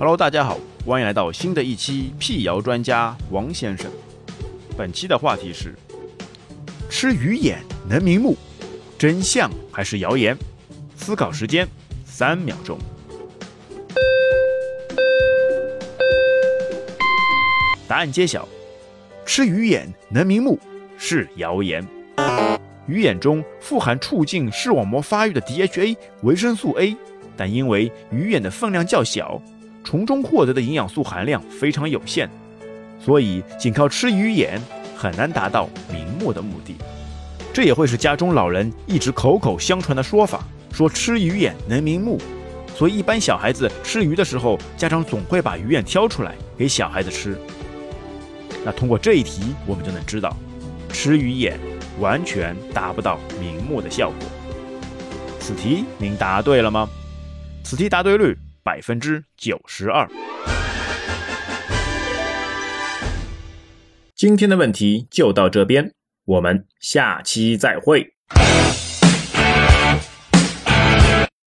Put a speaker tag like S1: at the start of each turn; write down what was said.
S1: Hello， 大家好，欢迎来到新的一期辟谣专家王先生。本期的话题是：吃鱼眼能明目，真相还是谣言？思考时间3秒钟。答案揭晓，吃鱼眼能明目是谣言。鱼眼中富含促进视网膜发育的 DHA 维生素 A， 但因为鱼眼的分量较小，从中获得的营养素含量非常有限，所以仅靠吃鱼眼很难达到明目的目的。这也会是家中老人一直口口相传的说法，说吃鱼眼能明目，所以一般小孩子吃鱼的时候，家长总会把鱼眼挑出来给小孩子吃。那通过这一题，我们就能知道，吃鱼眼完全达不到明目的效果。此题您答对了吗？此题答对率92%。今天的问题就到这边，我们下期再会。